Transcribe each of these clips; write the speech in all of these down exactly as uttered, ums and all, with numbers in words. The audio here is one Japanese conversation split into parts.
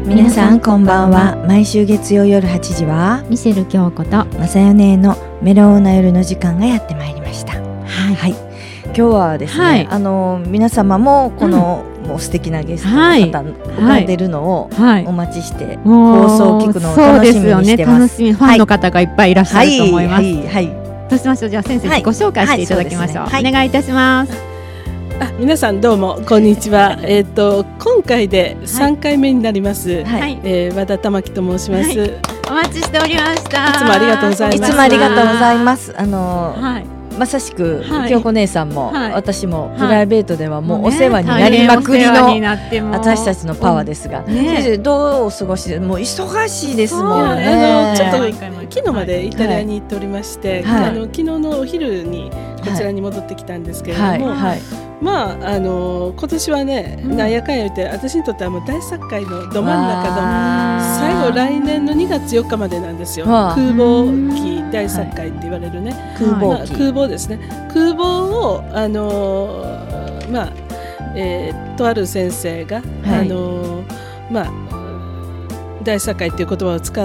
皆さんこんばんは。毎週月曜夜はちじはミシェル京子とまさよねのメロウな夜の時間がやってまいりました。はい、はい、今日はですね、はい、あの皆様もこの、うん、もう素敵なゲストの方、はい、浮かんでるのをお待ちして、はい、放送を聞くのを楽しみにしてます。そうですよね、楽しみ、ファンの方がいっぱいいらっしゃると思います。はい、はいはい、どうしましょう。じゃあ先生、はい、ご紹介していただきましょう。はい、ね、はい、お願いいたします。 あ、皆さんどうもこんにちは。えっと今回でさんかいめになります。はい、えー、和田玉木と申します。はい、 お待ちしておりました。 いつもありがとうございます。 いつもありがとうございます。あのー。はい、まさしく、はい、京子姉さんも、はい、私もプライベートではもうお世話になりまくりの、ね、私たちのパワーですが、うんね、先生どうお過ごしで、もう忙しいですもんね。 あのちょっと昨日までイタリアに行っておりまして、はい、あの昨日のお昼にこちらに戻ってきたんですけれども、はいはいはい、まああの今年はね、うん、なんやかんや言って私にとってはもう大作会のど真ん中の最後来年のにがつよっかまでなんですよ。空母期大作会って言われるね、はい、空母期、まあ、空母ですね。空母をあのまあ、えー、とある先生が、はい、あのまあ大作会っていう言葉を使って、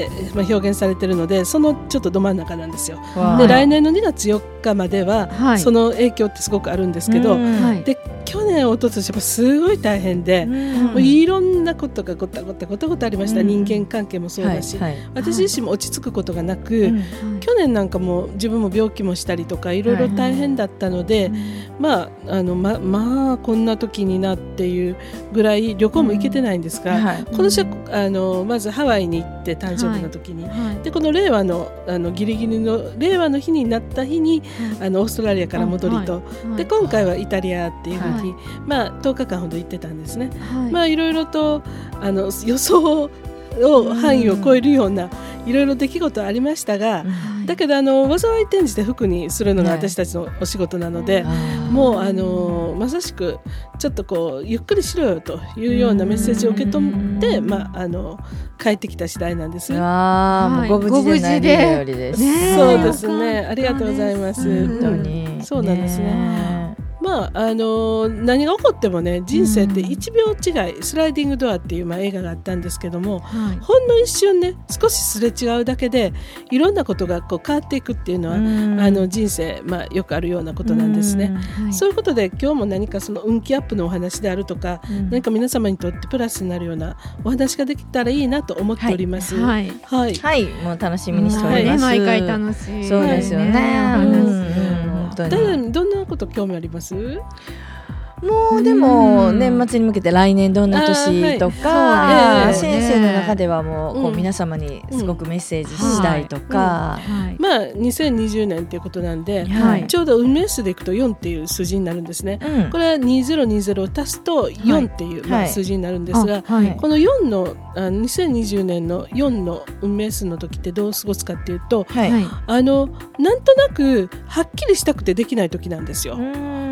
まあ、表現されているので、そのちょっとど真ん中なんですよ。で来年のにがつよっかまでは、はい、その影響ってすごくあるんですけど、で去年おととしはすごい大変で、もういろんなことがごたごたごたごたありました。人間関係もそうだし、はいはい、私自身も落ち着くことがなく、はい、去年なんかも自分も病気もしたりとかいろいろ大変だったので、はいはい、まああの ま, まあこんな時になっていうぐらい旅行も行けてないんですが、はい、今年はあのまずハワイに行って誕生日の時に、はいはい、でこの令和 の, あのギリギリの令和の日になった日に、はい、あのオーストラリアから戻りと、はい、で今回はイタリアっていうふうに、はい、まあ、とおかかんほど行ってたんですね。はい、まあいろいろとあの予想を範囲を超えるようないろいろ出来事ありましたが、うん、だけどあの災い転じて福にするのが私たちのお仕事なので、はい、もうあのまさしくちょっとこうゆっくりしろよというようなメッセージを受け止めて、まあ、あの帰ってきた次第なんです。 あ、はい、もうご無事で何よりです、 ね、そうですね、ありがとうございます。本当にそうなんですね。ね、まああのー、何が起こってもね、人生っていちびょう違い、うん、スライディングドアっていう、まあ、映画があったんですけども、はい、ほんの一瞬ね少しすれ違うだけでいろんなことがこう変わっていくっていうのは、うん、あの人生、まあ、よくあるようなことなんですね。うん、はい、そういうことで今日も何かその運気アップのお話であるとか、うん、何か皆様にとってプラスになるようなお話ができたらいいなと思っております。 はいはい、はい、もう楽しみにしております。 はい、毎回楽しい。 そうですよね。はい、ね、うん、 誰にどんなこと興味あります？ もうでも年末に向けて来年どんな年とか、はい、先生の中ではもうこう皆様にすごくメッセージしたいとか、 まあにせんにじゅうねんっていうことなんで、はい、ちょうど運命数でいくとよんっていう数字になるんですね。うん、これはにせんにじゅうを足すとよんっていう、はい、まあ、数字になるんですが、はい、このよんのあにせんにじゅうねんのよんの運命数の時ってどう過ごすかっていうと、はい、あのなんとなくはっきりしたくてできない時なんですよ。うん、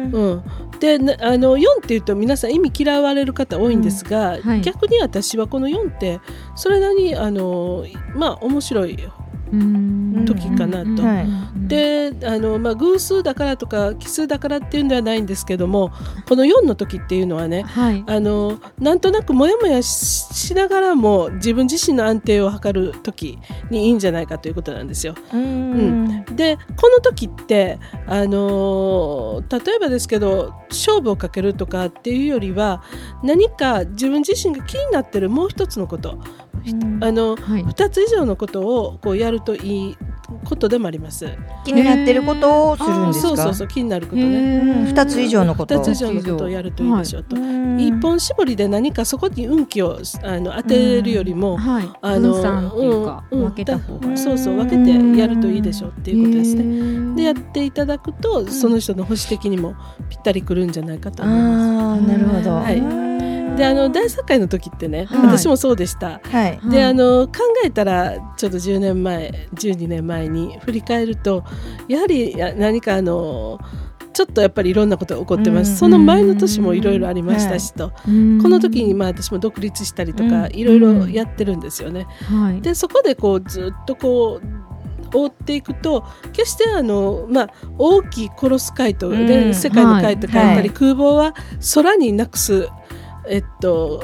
うん、であのよんっていうと皆さん意味嫌われる方多いんですが、うん、はい、逆に私はこのよんってそれなりにあの、まあ、面白い時かなと。はい、であの、まあ、偶数だからとか奇数だからっていうんではないんですけども、このよんの時っていうのはね、はい、あのなんとなくモヤモヤ し, しながらも自分自身の安定を図る時にいいんじゃないかということなんですよ。うん、うん、でこの時ってあの例えばですけど勝負をかけるとかっていうよりは、何か自分自身が気になってるもう一つのこと、あの、はい、ふたつ以上のことをこうやるといいことでもあります。 気になってることをするんですか？ そうそうそう、気になることね、 ふたつ以上のことふたつ以上のことをやるといいでしょうと、はい、一本絞りで何かそこに運気をあの当てるよりも、はい、あの分散っていうか、うん、分けた方が、そうそう分けてやるといいでしょうっていうことですね。でやっていただくとその人の星的にもぴったりくるんじゃないかと思います。 あ、なるほど。 はい、であの大作会の時ってね、はい、私もそうでした。はい、であの考えたらちょっとじゅうねんまえじゅうにねんまえに振り返ると、やはり何かあのちょっとやっぱりいろんなことが起こってます。その前の年もいろいろありましたしと、はい、この時にまあ私も独立したりとかいろいろやってるんですよね。はい、でそこでこうずっとこう追っていくと、決してあの、まあ、大きい殺す回と、ね、うん、世界の回と書いたり、はい、空母は空になくす、えっと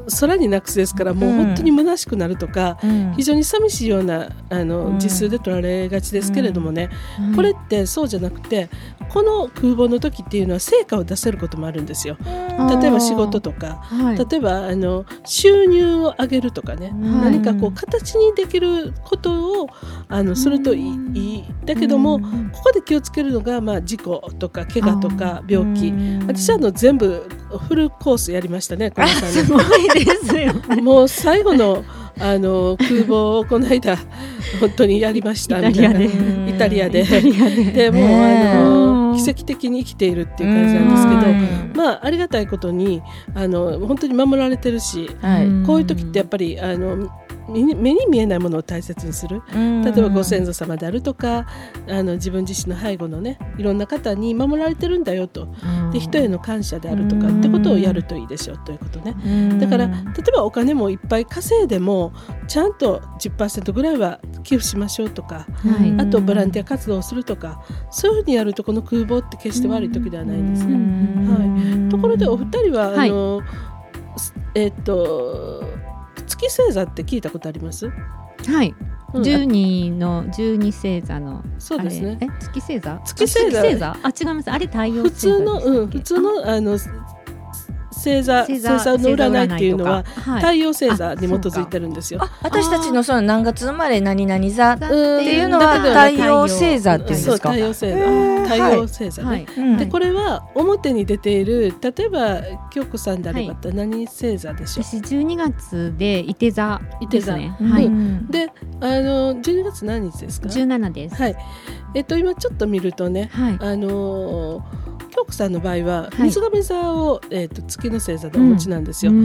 空になくすですから、もう本当に虚しくなるとか、 うん、 非常に寂しいようなあの字数で取られがちですけれどもね、うん、これってそうじゃなくて、この空母の時っていうのは成果を出せることもあるんですよ。例えば仕事とか、はい、例えばあの収入を上げるとかね、はい、何かこう形にできることをあのするといい、うん、いいだけども、ここで気をつけるのが、まあ、事故とか怪我とか病気。私はあの全部フルコースやりましたね、このさんねん。 すごいですよね。 もう最後のあの空母をこの間本当にやりましたみたいな。イタリアででもうあの奇跡的に生きているっていう感じなんですけど、まあありがたいことにあの本当に守られてるし、はい、こういう時ってやっぱりあの目に見えないものを大切にする。例えばご先祖様であるとか、あの自分自身の背後のね、いろんな方に守られてるんだよと、で人への感謝であるとかってことをやるといいでしょうということね。だから例えばお金もいっぱい稼いでもちゃんと じゅっパーセント ぐらいは寄付しましょうとか、はい、あとボランティア活動をするとか、そういうふうにやるとこの空母って決して悪い時ではないんですね。はい、ところでお二人はあの、はい、えー、っと月星座って聞いたことあります？ はい、うん、じゅうにのじゅうに星座のそうですね。 え月星座？ 月星座？ 月星座？あ、違います。あれ太陽星座です。 普通の、うん、普通のあの星座、星座の占いっていうのは太陽星座に基づいてるんですよ。 あ、私たちのその何月生まれ何々座っていうのは太陽星座っていうんですか？ そう、太陽星座、太陽星座ね、はいはい、でこれは表に出ている、例えば京子さんであれば何星座でしょう？ 私じゅうにがつでいて座ですね。 はい、うん、であのじゅうにがつ何日ですか？ じゅうしちです。 はい、えっと今ちょっと見るとね、はい、あの京子さんの場合は水亀座を、はい、えー、と月の星座でお持ちなんですよ。うん、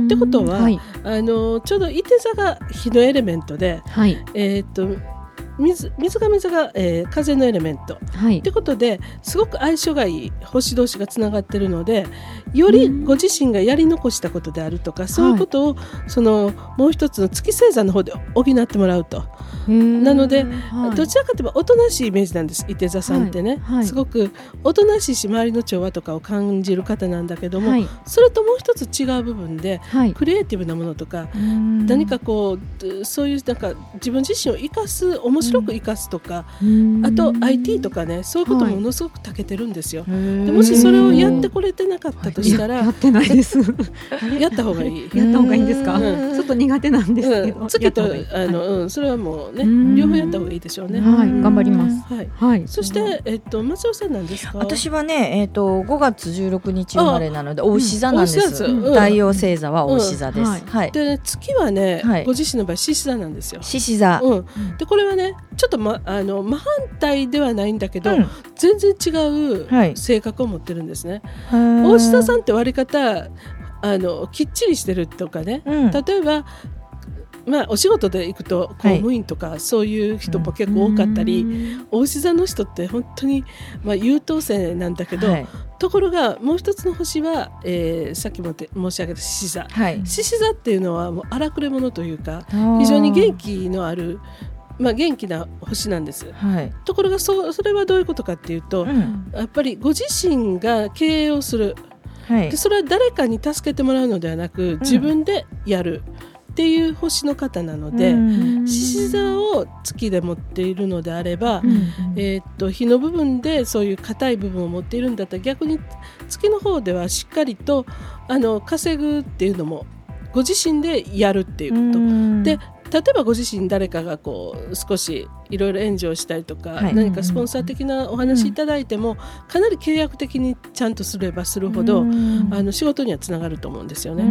ってことは、はい、あのちょうどいて座が火のエレメントで、はい、えー、と 水, 水亀座が、えー、風のエレメント、はい、ってことですごく相性がいい星同士がつながっているので、よりご自身がやり残したことであるとか、うん、そういうことを、はい、そのもう一つの月星座の方で補ってもらうと。なので、はい、どちらかといえばおとなしいイメージなんです、いて座さんってね、はいはい、すごくおとなしいし周りの調和とかを感じる方なんだけども、はい、それともう一つ違う部分で、はい、クリエイティブなものとか、何かこうそういうなんか自分自身を生かす、面白く生かすとか、あと アイティー とかね、そういうこともものすごく長けてるんですよ。はい、でもしそれをやってこれてなかったとしたら、 やってないですやった方がいい。 やった方がいいんですか？うん、ちょっと苦手なんですけど、うん、 月とあの、うん、それはもうね、両方やった方がいいでしょうね。 はい、頑張ります。 はいはい、そして、えっと、松尾さんなんですか？ 私はね、えっと、ごがつじゅうろくにち生まれなので牡牛座なんです。うん、太陽星座は牡牛座です。うん、はいはい、で月はね、はい、ご自身の場合獅子座なんですよ。 獅子座、 うん、でこれはねちょっと、ま、あの真反対ではないんだけど、うん、全然違う性格を持ってるんですね。はい、牡牛座さんって割り方あのきっちりしてるとかね、うん、例えばまあ、お仕事で行くと公務員とか、はい、そういう人も結構多かったり、牡牛座の人って本当に、まあ、優等生なんだけど、はい、ところがもう一つの星は、えー、さっきも申し上げた獅子座、はい、獅子座っていうのはもう荒くれ者というか非常に元気のある、まあ、元気な星なんです、はい、ところが そ, それはどういうことかっていうと、うん、やっぱりご自身が経営をする、はい、でそれは誰かに助けてもらうのではなく自分でやる、うんっていう星の方なので、獅子座を月で持っているのであれば、うん、えー、っと火の部分でそういう硬い部分を持っているんだったら、逆に月の方ではしっかりとあの稼ぐっていうのもご自身でやるっていうこと、うん、で例えばご自身誰かがこう少しいろいろ援助をしたりとか、はい、何かスポンサー的なお話いただいても、うん、かなり契約的にちゃんとすればするほど、うん、あの仕事にはつながると思うんですよね。うん、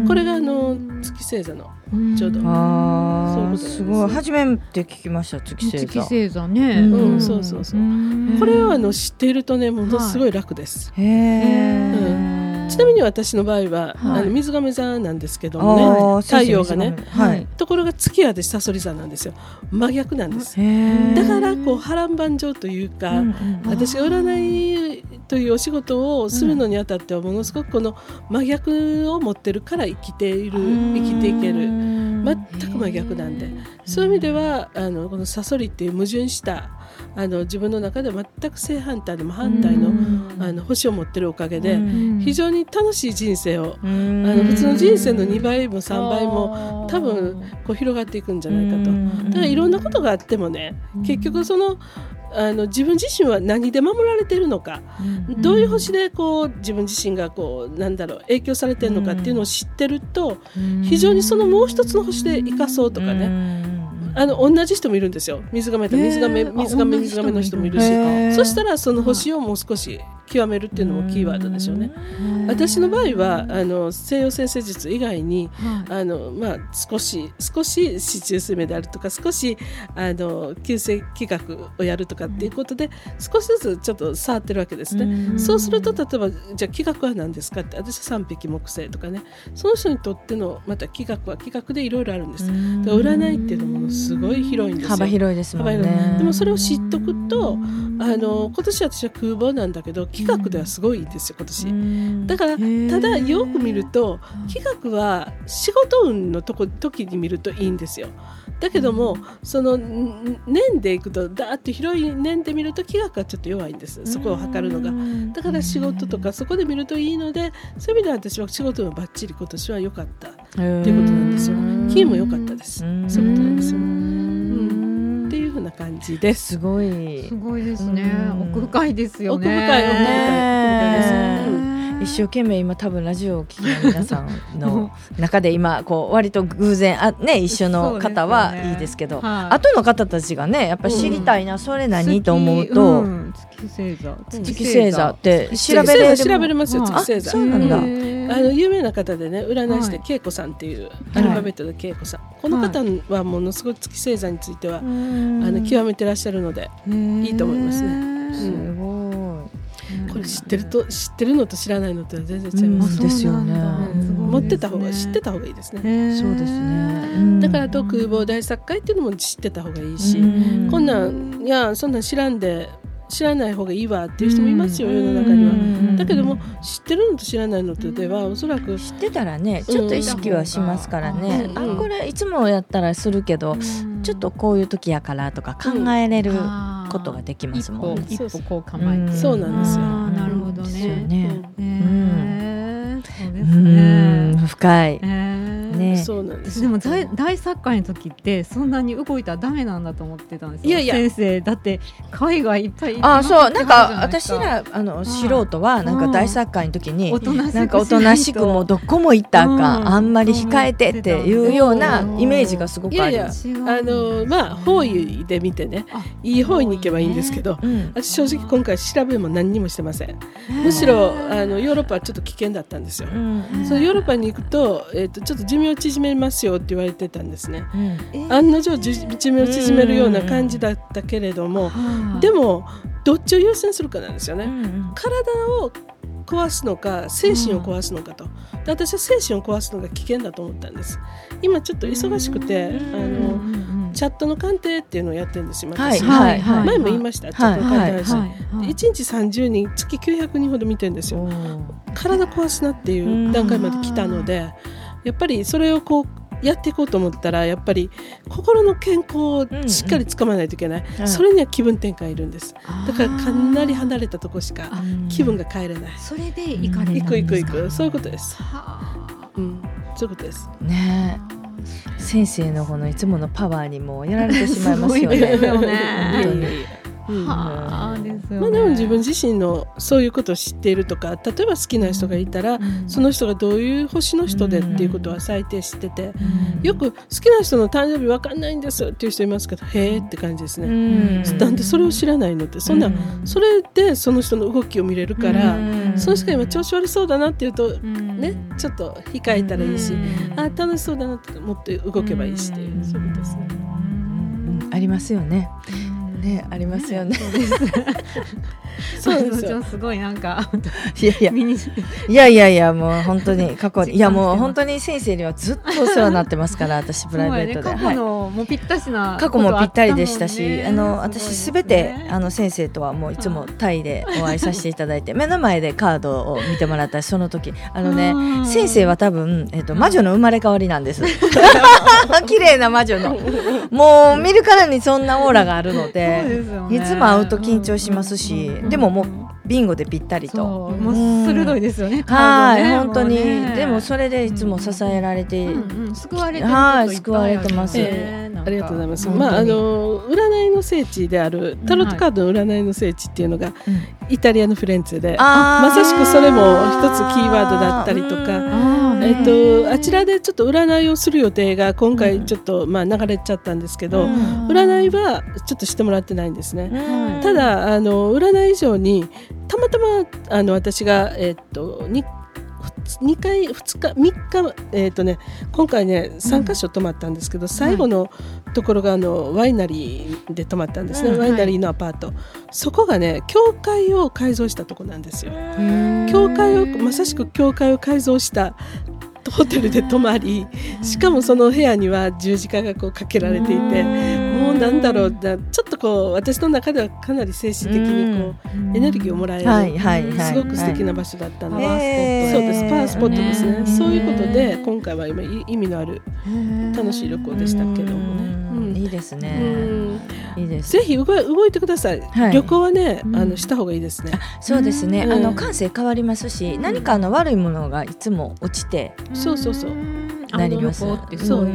これがあの月星座のちょうど、うん、 あそういうことです。すごい初めて聞きました。月星座月星座ね、 うんうん、そうそうそう、これをあの知っているとねものすごい楽です。 はい、へー、うんちなみに私の場合は、はい、あの水亀座なんですけどもね、太陽がね、はい、ところが月は私さそり座なんですよ。真逆なんです。だからこう波乱万丈というか、うんうん、私が占いというお仕事をするのにあたってはものすごくこの真逆を持ってるから生きている生きていける、全く真逆なんで、そういう意味ではあのこのサソリっていう矛盾したあの自分の中で全く正反対でも反対の、あの星を持ってるおかげで非常に楽しい人生を、あの普通の人生のにばいもさんばいも多分こう広がっていくんじゃないかと。だからいろんなことがあってもね、結局そのあの自分自身は何で守られているのか、うん、どういう星でこう自分自身がこうなんだろう影響されているのかっていうのを知ってると、うん、非常にそのもう一つの星で生かそうとかね、うん、あの同じ人もいるんですよ。水亀と水亀水亀水亀の人もいるし、そしたらその星をもう少し極めるっていうのもキーワードでしょうね。私の場合はあの西洋占星術以外に、あの、まあ、少し少し四柱推命であるとか、少しあの九星気学をやるとかっていうことで少しずつちょっと触ってるわけですね。そうすると例えばじゃあ気学は何ですかって、私は三匹木星とかね、その人にとってのまた気学は気学でいろいろあるんです。占いっていうのもすごい広いんですよ。 幅広いですもんね。 でもそれを知っとくと、あの今年私は空母なんだけど気学ではすごいんですよ今年。だからただよく見ると気学は仕事運のとこ時に見るといいんですよ。だけどもその年でいくとだーっと広い年で見ると気学はちょっと弱いんです。そこを測るのが。だから仕事とかそこで見るといいので、そういう意味では私は仕事運バッチリ今年は良かったっていうことなんですよ。気も良かったです。そういうことなんですよ。っていう風な感じです。 すごいすごいですね。奥深いですよね。 奥深い奥深い奥深いです。うん一生懸命今多分ラジオを聴きの皆さんの中で今こう割と偶然あ、ね、一緒の方はいいですけど、はい、後の方たちがねやっぱり知りたいな、うん、それ何と思うと、うん、 月星座月星座って調べれる調べれますよ。月星座そうなんだ。 あの有名な方でね占い師で恵子さんっていう、はい、アルファベットで恵子さん、この方はものすごく月星座については、はい、あの極めてらっしゃるのでいいと思いますね。 すごい。 これ知ってると知ってるのと知らないのとは全然違います。 うん、ですよね。 持ってた方が知ってた方がいいですね。 そうですね。 だからと空母大作会っていうのも知ってた方がいいし、こんなんいやそんなん知らんで知らない方がいいわっていう人もいますよ世の中には。だけども知ってるのと知らないのとではおそらく知ってたらねちょっと意識はしますからね、うん、あこれいつもやったらするけど、うん、ちょっとこういう時やからとか考えれることができますもんね。 一歩、一歩こう構えて、 そうなんですよ。 なるほどね。 うん、そうですね。深い。ね、 そうなんです。 でも 大, 大作家の時ってそんなに動いたらダメなんだと思ってたんですよ。いやいや先生だって海外いっぱいいあそうなんか私らあの素人はなんか大作家の時になんかおとなしくもどこも行ったらあかん、うん、あんまり控えてっていうようなイメージがすごくあります。 いやいやあのまあ方位で見てねいい方位に行けばいいんですけど、うん、私正直今回調べも何にもしてません。むしろあのヨーロッパはちょっと危険だったんですよ。うん、そのヨーロッパに行くと、えー、とちょっと寿命を縮めますよって言われてたんですね。うん、案の定寿命を縮めるような感じだったけれども、うん、でもどっちを優先するかなんですよね。うん、体を壊すのか精神を壊すのかと。で私は精神を壊すのが危険だと思ったんです。今ちょっと忙しくて、うん、あのチャットの鑑定っていうのをやってるんですよ。私、はいはい、前も言いました、はい、チャットの鑑定の話、はいはい、いちにちさんじゅうにん月きゅうひゃくにんほど見てるんですよ。体壊すなっていう段階まで来たので、やっぱりそれをこうやっていこうと思ったらやっぱり心の健康をしっかりつかまないといけない、うんうん、それには気分転換いるんです。だからかなり離れたとこしか気分が変えれない。 それで行かれたんですか。 行く行く行くそういうことです、うん、そういうことですね。 先生のこのいつものパワーにもやられてしまいますよね。すごいですよね。 うんはあですよね。まあ、でも自分自身のそういうことを知っているとか、例えば好きな人がいたら、うん、その人がどういう星の人でっていうことは最低知ってて、うん、よく好きな人の誕生日分かんないんですっていう人いますけど、へーって感じですね。うん、なんでそれを知らないのって、そんな、うん、それでその人の動きを見れるから、うん、その人が今調子悪そうだなっていうと、うん、ね、ちょっと控えたらいいし、うん、あ楽しそうだなって思って動けばいいしっていう、うん、そういうことですね。 うん、ありますよね。ね、ありますよね。 そうですよ。 すごいなんかいやいやいやいやいやもう本当に過去にいやもう本当に先生にはずっとお世話になってますから私プライベートで、 ね、過去のもうぴったしな過去もぴったりでしたし、あの私すべてあの先生とはもういつもタイでお会いさせていただいて目の前でカードを見てもらったその時あのね先生は多分、えー、と魔女の生まれ変わりなんです綺麗な魔女のもう見るからにそんなオーラがあるので、ね、いつも会うと緊張しますし、うんうんうん、でももうビンゴでぴったりともう鋭いですよね、 はい、 ね、 本当に、ね、でもそれでいつも支えられて、 うんうん、救われてるはい救われてます、 えー、ありがとうございます。まああの占いの聖地であるタロットカードの占いの聖地っていうのが、うん、イタリアのフィレンツェで、あまさしくそれも一つキーワードだったりとか、えっとあちらでちょっと占いをする予定が今回ちょっと、うん、まあ流れちゃったんですけど、うん、占いはちょっとしてもらってないんですね、うん、ただあの占い以上にたまたまあの私がえっとににかいふつかみっか、えーとね、今回ねさんか所泊まったんですけど、うん、最後のところがあのワイナリーで泊まったんですね、うん、ワイナリーのアパート、はい、そこがね教会を改造したとこなんですよ。教会をまさしく教会を改造したホテルで泊まり、しかもその部屋には十字架がこうかけられていて、もうなんだろうちょっとこう私の中ではかなり精神的にこうエネルギーをもらえる、はいはいはい、すごく素敵な場所だったので、はい、そうですパワースポットですね。そういうことで今回は今意味のある楽しい旅行でしたけどもね、 うん、いいですね。いいです。 ぜひ動いてください、はい、旅行はねあのした方がいいですね。 そうですね、あの感性変わりますし、何かあの悪いものがいつも落ちてそうそうそうなります。 そう、うん、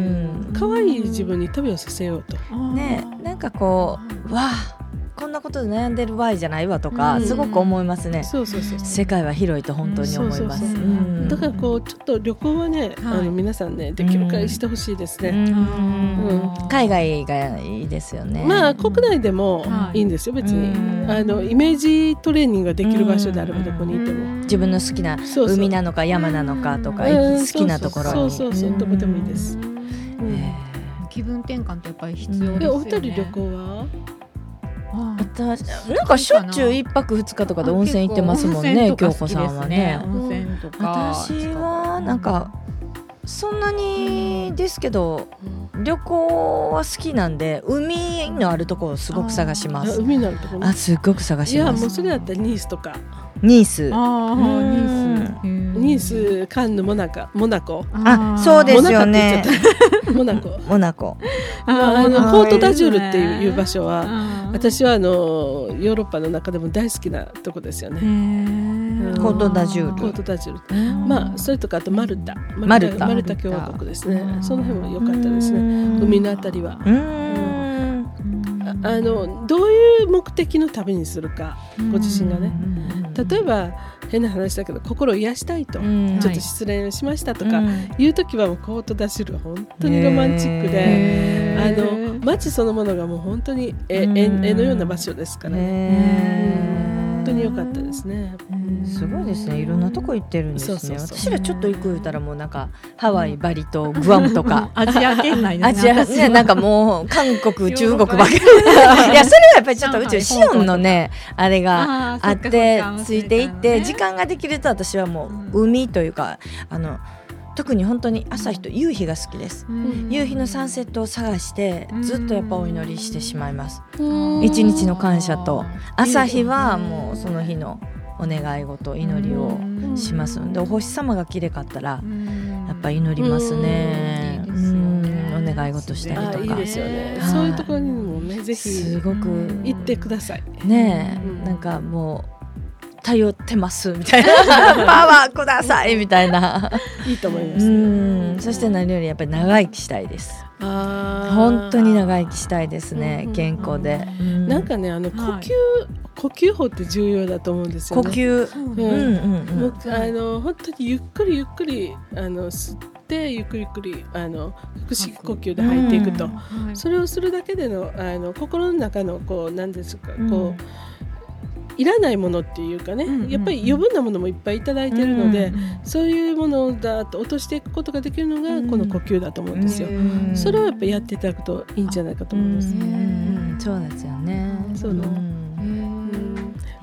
可愛い自分に旅をさせようとね、なんかこうわあこんなことで悩んでる場合じゃないわとか、うん、すごく思いますね。 そうそうそうそう、 世界は広いと本当に思います。 だからこうちょっと旅行はね、はい、あの皆さんねできる限りしてほしいですね、うんうん、海外がいいですよね。 まあ国内でもいいんですよ、別にあのイメージトレーニングができる場所であればどこにいても自分の好きな海なのか山なのかとか好きなところにそうそうそうどこでもいいです、 気分転換ってやっぱり必要ですよね。 お二人旅行は私なんかしょっちゅう一泊二日とかで温泉行ってますもんね、京子さんはね。 温泉とか私はなんかそんなにですけど、うん、旅行は好きなんで海のあるところをすごく探します。 海のあるところ、ね、 あすっごく探します。 いやもうそれだったらニースとかニースあニースニースカンヌモナカモナコあそうですよねモナコモナコああのコートダジュールっていう場所は私はあのヨーロッパの中でも大好きなとこですよね。 コートダジュールコートダジュールまあそれとかあとマルタマルタマルタ共和国ですね。その辺も良かったですね。海のあたりはうんああのどういう目的の旅にするかご自身がね、例えば変な話だけど心を癒したいと、ちょっと失恋しましたとかいう時はもうコートダジュールは本当にロマンチックで、あの街そのものがもう本当に絵、絵のような場所ですからね。本当に良かったですね。 すごいですね。いろんなとこ行ってるんですね。そうそうそう、私らちょっと行く言ったらもうなんかハワイ、バリ島、グアムとかアジア圏内ですね。アジアね、なんかもう韓国、中国ばっかり。いやそれはやっぱりちょっとうちシオンのねあれがあってついていって時間ができると私はもう海というかあの特に本当に朝日と夕日が好きです、うん、夕日のサンセットを探してずっとやっぱお祈りしてしまいます。一日の感謝と朝日はもうその日のお願い事祈りをしますので、お星様が綺麗かったらやっぱ祈りますね。うん、お願い事したりとか。 いいですよね。そういうところにもねぜひすごく行ってくださいねえ、うん、なんかもう頼ってますみたいなパワーくださいみたいないいと思います、ね、 うんそして何よりやっぱり長生きしたいです。あ本当に長生きしたいですね、健康で、 うん、なんかねあの呼吸、はい、呼吸法って重要だと思うんですよね。 呼吸、うんうんうん、 あの本当にゆっくりゆっくりあの吸ってゆっくりゆっくりあの腹式呼吸で吐いていくと、うんはい、それをするだけでのあの心の中のこう何ですか、うん、こういらないものっていうかね、うんうんうん、やっぱり余分なものもいっぱいいただいているので、うんうん、そういうものだと落としていくことができるのがこの呼吸だと思うんですよ、うん、それをやっぱりやっていただくといいんじゃないかと思います、うんうん、そうですよね。 そうね、うん、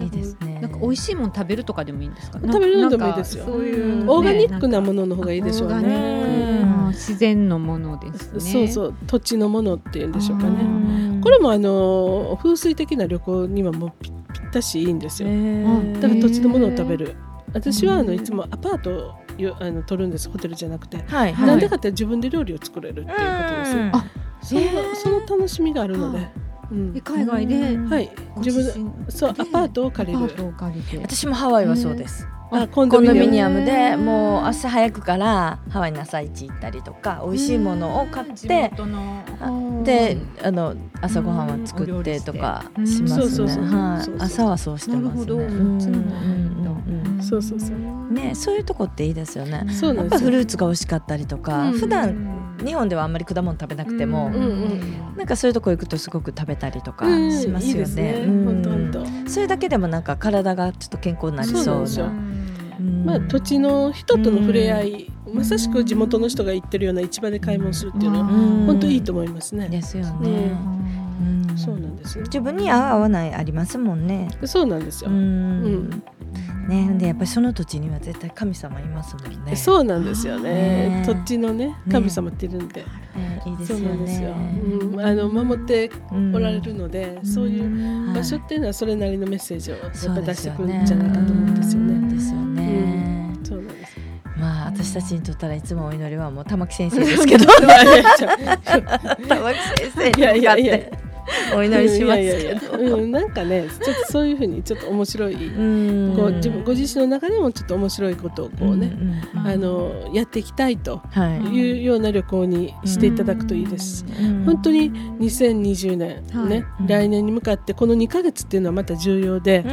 いいですね。 なんか美味しいもの食べるとかでもいいんですか？ 食べるのでもいいですよ。 そういう、ね、 オーガニックなものの方がいいでしょうね。 自然のものですね。 そうそう土地のものっていうんでしょうかね。これもあの風水的な旅行にはもうぴったしいいんですよ。だから土地のものを食べる。私はあのいつもアパートをあの取るんです、ホテルじゃなくて、はいはい、なんでかって自分で料理を作れるっていうことですね。あ、その、その楽しみがあるので、 うん、海外で、 はい、自分そうアパートを借りる。 私もハワイはそうです。あコンドミニアムでもう朝早くからハワイの朝市行ったりとか美味しいものを買ってであの朝ごはんは作ってとかしますね。朝はそうしてますね。そうそうそうね、そういうとこっていいですよね。やっぱフルーツが美味しかったりとか、普段日本ではあんまり果物食べなくてもなんかそういうとこ行くとすごく食べたりとかしますよね。それだけでもなんか体がちょっと健康になりそうな。 まあ、土地の人との触れ合い、まさしく地元の人が行ってるような市場で買い物するっていうのは本当いいと思いますね。 ですよね。 そうなんですよ。 自分に合う合わないありますもんね。 そうなんですよ。うんね、でやっぱりその土地には絶対神様いますもんね。 そうなんですよね。土地のね神様っているんで、 いいですよね。 あの守っておられるので、そういう場所っていうのはそれなりのメッセージをやっぱ出してくるんじゃないかと思うんですよね。 ですよね。 そうなんです。 まあ私たちにとったらいつもお祈りはもう玉木先生ですけど、玉木先生に向かってお祈りしますけど、 うん、なんかねちょっとそういうふうにちょっと面白い、こう自分ご自身の中でもちょっと面白いことをこうね、うんうん、あのやっていきたいというような旅行にしていただくといいですし、うん、本当ににせんにじゅうねんね、はい、来年に向かってこのにかげつっていうのはまた重要で、うん、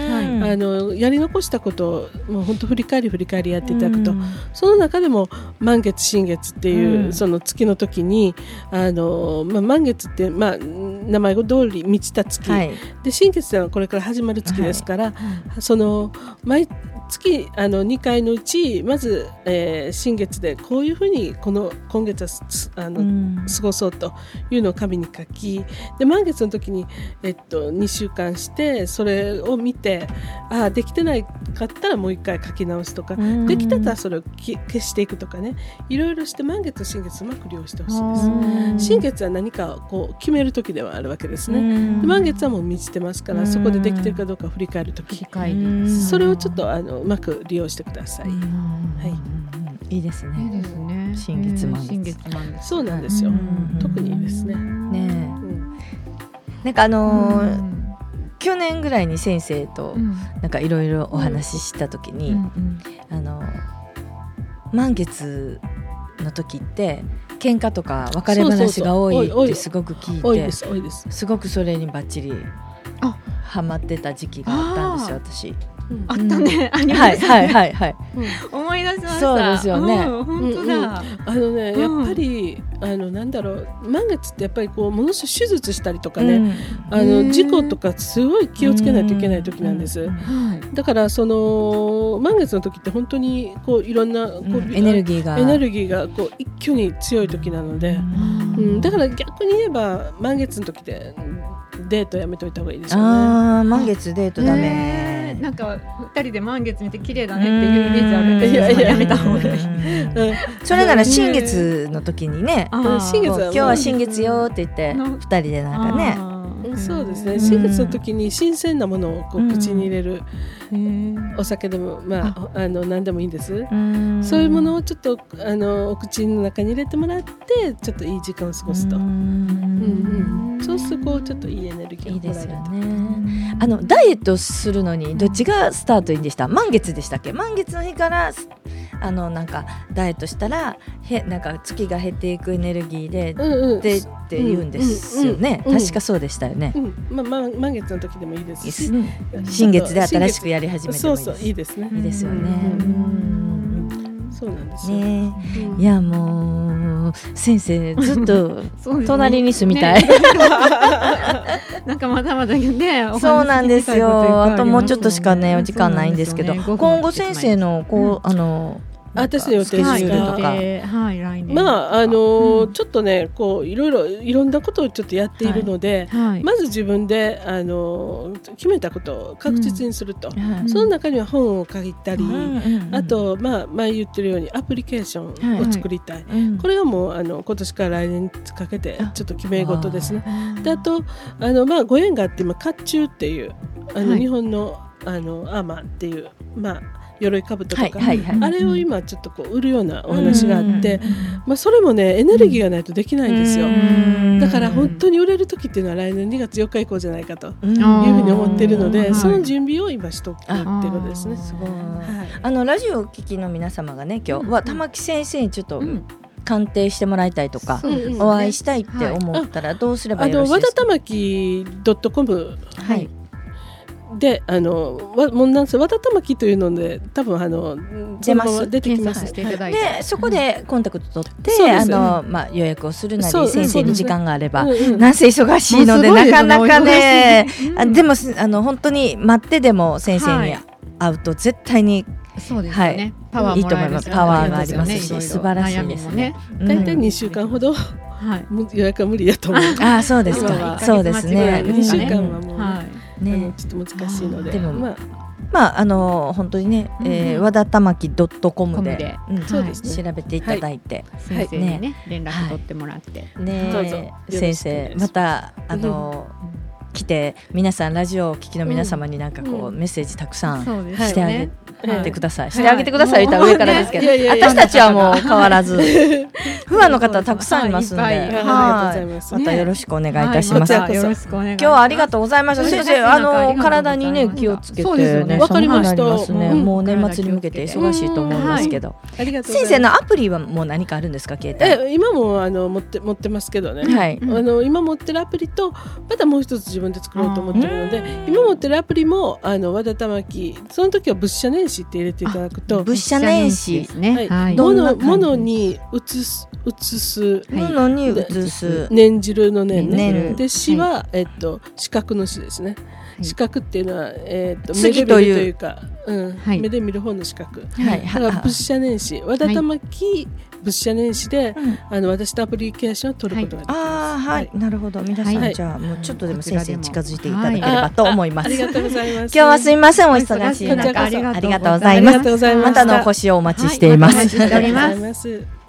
あのやり残したことをもう本当振り返り振り返りやっていただくと、うん、その中でも満月新月っていう、うん、その月の時にあの、まあ、満月って、まあ、名前通り満ちた月、はい、で新月はこれから始まる月ですから、はい、その毎月あのにかいのうちまず、えー、新月でこういうふうにこの今月はあの、うん、過ごそうというのを紙に書き、で満月の時に、えっと、にしゅうかんしてそれを見て、ああできてないかったらもういっかい書き直すとか、うん、できてたらそれを消していくとかね、いろいろして満月新月うまく利用してほしいです、うん、新月は何かこう決める時ではあるわけですね、うん、で満月はもう満ちてますから、うん、そこでできてるかどうか振り返る時、うん、それをちょっとあのうまく利用してください。はい、 いいですね。 いいですね。 新月満月。 新月満月。 そうなんですよ。特にいいですね。 ね、うん、なんかあのー、去年ぐらいに先生となんかいろいろお話しした時に、うん、あの満月の時って喧嘩とか別れ話が多いってすごく聞いて、 多いです多いです。 すごくそれにバッチリハマってた時期があったんですよ、私。 うん、あったね、うん、 はいはいはいはい、 うん、思い出しました。 そうですよね、 うん、本当だ、うんうん、あのね、やっぱりあのなんだろう、満月ってやっぱりこうものすごい手術したりとかね、うん、あの事故とかすごい気をつけないといけない時なんです、うん、だからその満月の時って本当にこういろんなこう、うん、 エネルギーがエネルギーがこう一挙に強い時なので、うんうん、だから逆に言えば満月の時でデートやめといた方がいいですよね。 あ、満月デートダメ、 なんかふたりで満月見て綺麗だねっていうイメージあるんで、いやいややめた方がいい、うん、 それなら新月の時にね、 新月は今日は新月よって言ってふたりでなんかね、 そうですね、新月の時に新鮮なものをこう口に入れる、うん、お酒でも、まあ、あの何でもいいんです、うん、そういうものをちょっとあのお口の中に入れてもらってちょっといい時間を過ごすと、うんうんうん、そうするとこうちょっといいエネルギーをもらえる。いいですよね。 あのダイエットするのにどっちがスタートいいんでした？満月でしたっけ？満月の日からあのなんかダイエットしたらへなんか月が減っていくエネルギーで、うんうん、でって言うんですよね、うんうんうん、確かそうでしたよね、うんまあまあ、 満月の時でもいいですし、 新月で新しくやり始めてもいいです。 そうそういいですね。 いいですよね、うんうん、そうなんですよ、ねうん、いやもう先生ずっと隣に住みたい、ね、 なんかまだまだねそうなんですよ。あともうちょっとしかねお時間ないんですけど、ね、今後先生のこう、うん、あの私の予定ですか。 はい、来年。 まああのちょっとねこういろいろいろんなことをちょっとやっているので、まず自分であの決めたことを確実にすると。その中には本を書いたり、あとまあ前言ってるようにアプリケーションを作りたい。これはもうあの今年から来年にかけてちょっと決め事ですね。であとあのまあご縁があって今甲冑っていうあの日本のあのアーマーっていうまあ鎧兜とか、はいはいはい、あれを今ちょっとこう売るようなお話があって、まあ、それもねエネルギーがないとできないんですよ。だから本当に売れる時っていうのは来年にがつよっか以降じゃないかというふうに思っているので、その準備を今しとくっていうことですね。すごい、はい、 あのラジオを聞きの皆様がね今日は玉木先生にちょっと、うん鑑定してもらいたいとか、うん、お会いしたいって思ったらどうすればよろしいですか。 和田玉木 .com で、あのわもうなんせ和田玉木というので多分あの出ます出てきます。 でそこでコンタクト取って、うん、あのまあ予約をするなり先生に時間があれば、うんうん、なんせ忙しいのでなかなかね、うん、でもあの本当に待ってでも先生に会うと絶対に、はいそうですね、はい、パワーもらえますよね。 パワーがありますし、素晴らしいですね。 だいたいにしゅうかんほど、はい、予約は無理だと思う。 ああそうですか。そうですね。 にしゅうかんはもう、はい、ねちょっと難しいので。 でもまあまああの本当にね、えー、和田玉木 .com で、うん、そうですね、調べていただいて、 はい、先生にね連絡取ってもらって、 はい、ね先生またあの。うん来て皆さんラジオを聴きの皆様になんかこう、うん、メッセージたくさんしてあげてください、はい、してあげてください、はい、言ったら上からですけど、はい、私たちはもう変わらず不安の方たくさんいますので、またよろしくお願いいたします、 はい、よろしくお願いします。 今日はありがとうございました。先生あの体にね気をつけてね、 わかりました、 ね、もう年末に向けて忙しいと思いますけど、うんはい、先生のアプリはもう何かあるんですか。携帯え今もあの持って持ってますけどね、はい、あの今持ってるアプリとまたもう一つ自分で作ろうと思ってるので、今持ってるアプリもあの和田玉木その時は仏社年始って入れていただくと、 仏社年始ですね、 はい、物物に移す移す物に移す念じるの念ね、で詩は、はい、えっと視覚の詩ですね。視覚っていうのは、えー、と目で見るというか、うんはい、目で見る方の視覚、はい、だから仏社年始和田玉木仏社年始で、うん、あの私とアプリケーションを取ることができます。 あはい、はい、なるほど。皆さん、はい、じゃあもうちょっとでも先生に近づいていただければと思います。 はい、あ, あ, ありがとうございます。 今日はすみませんお忙しい中ありがとうございます。またのお越しをお待ちしています。 はい、ありがとうございます。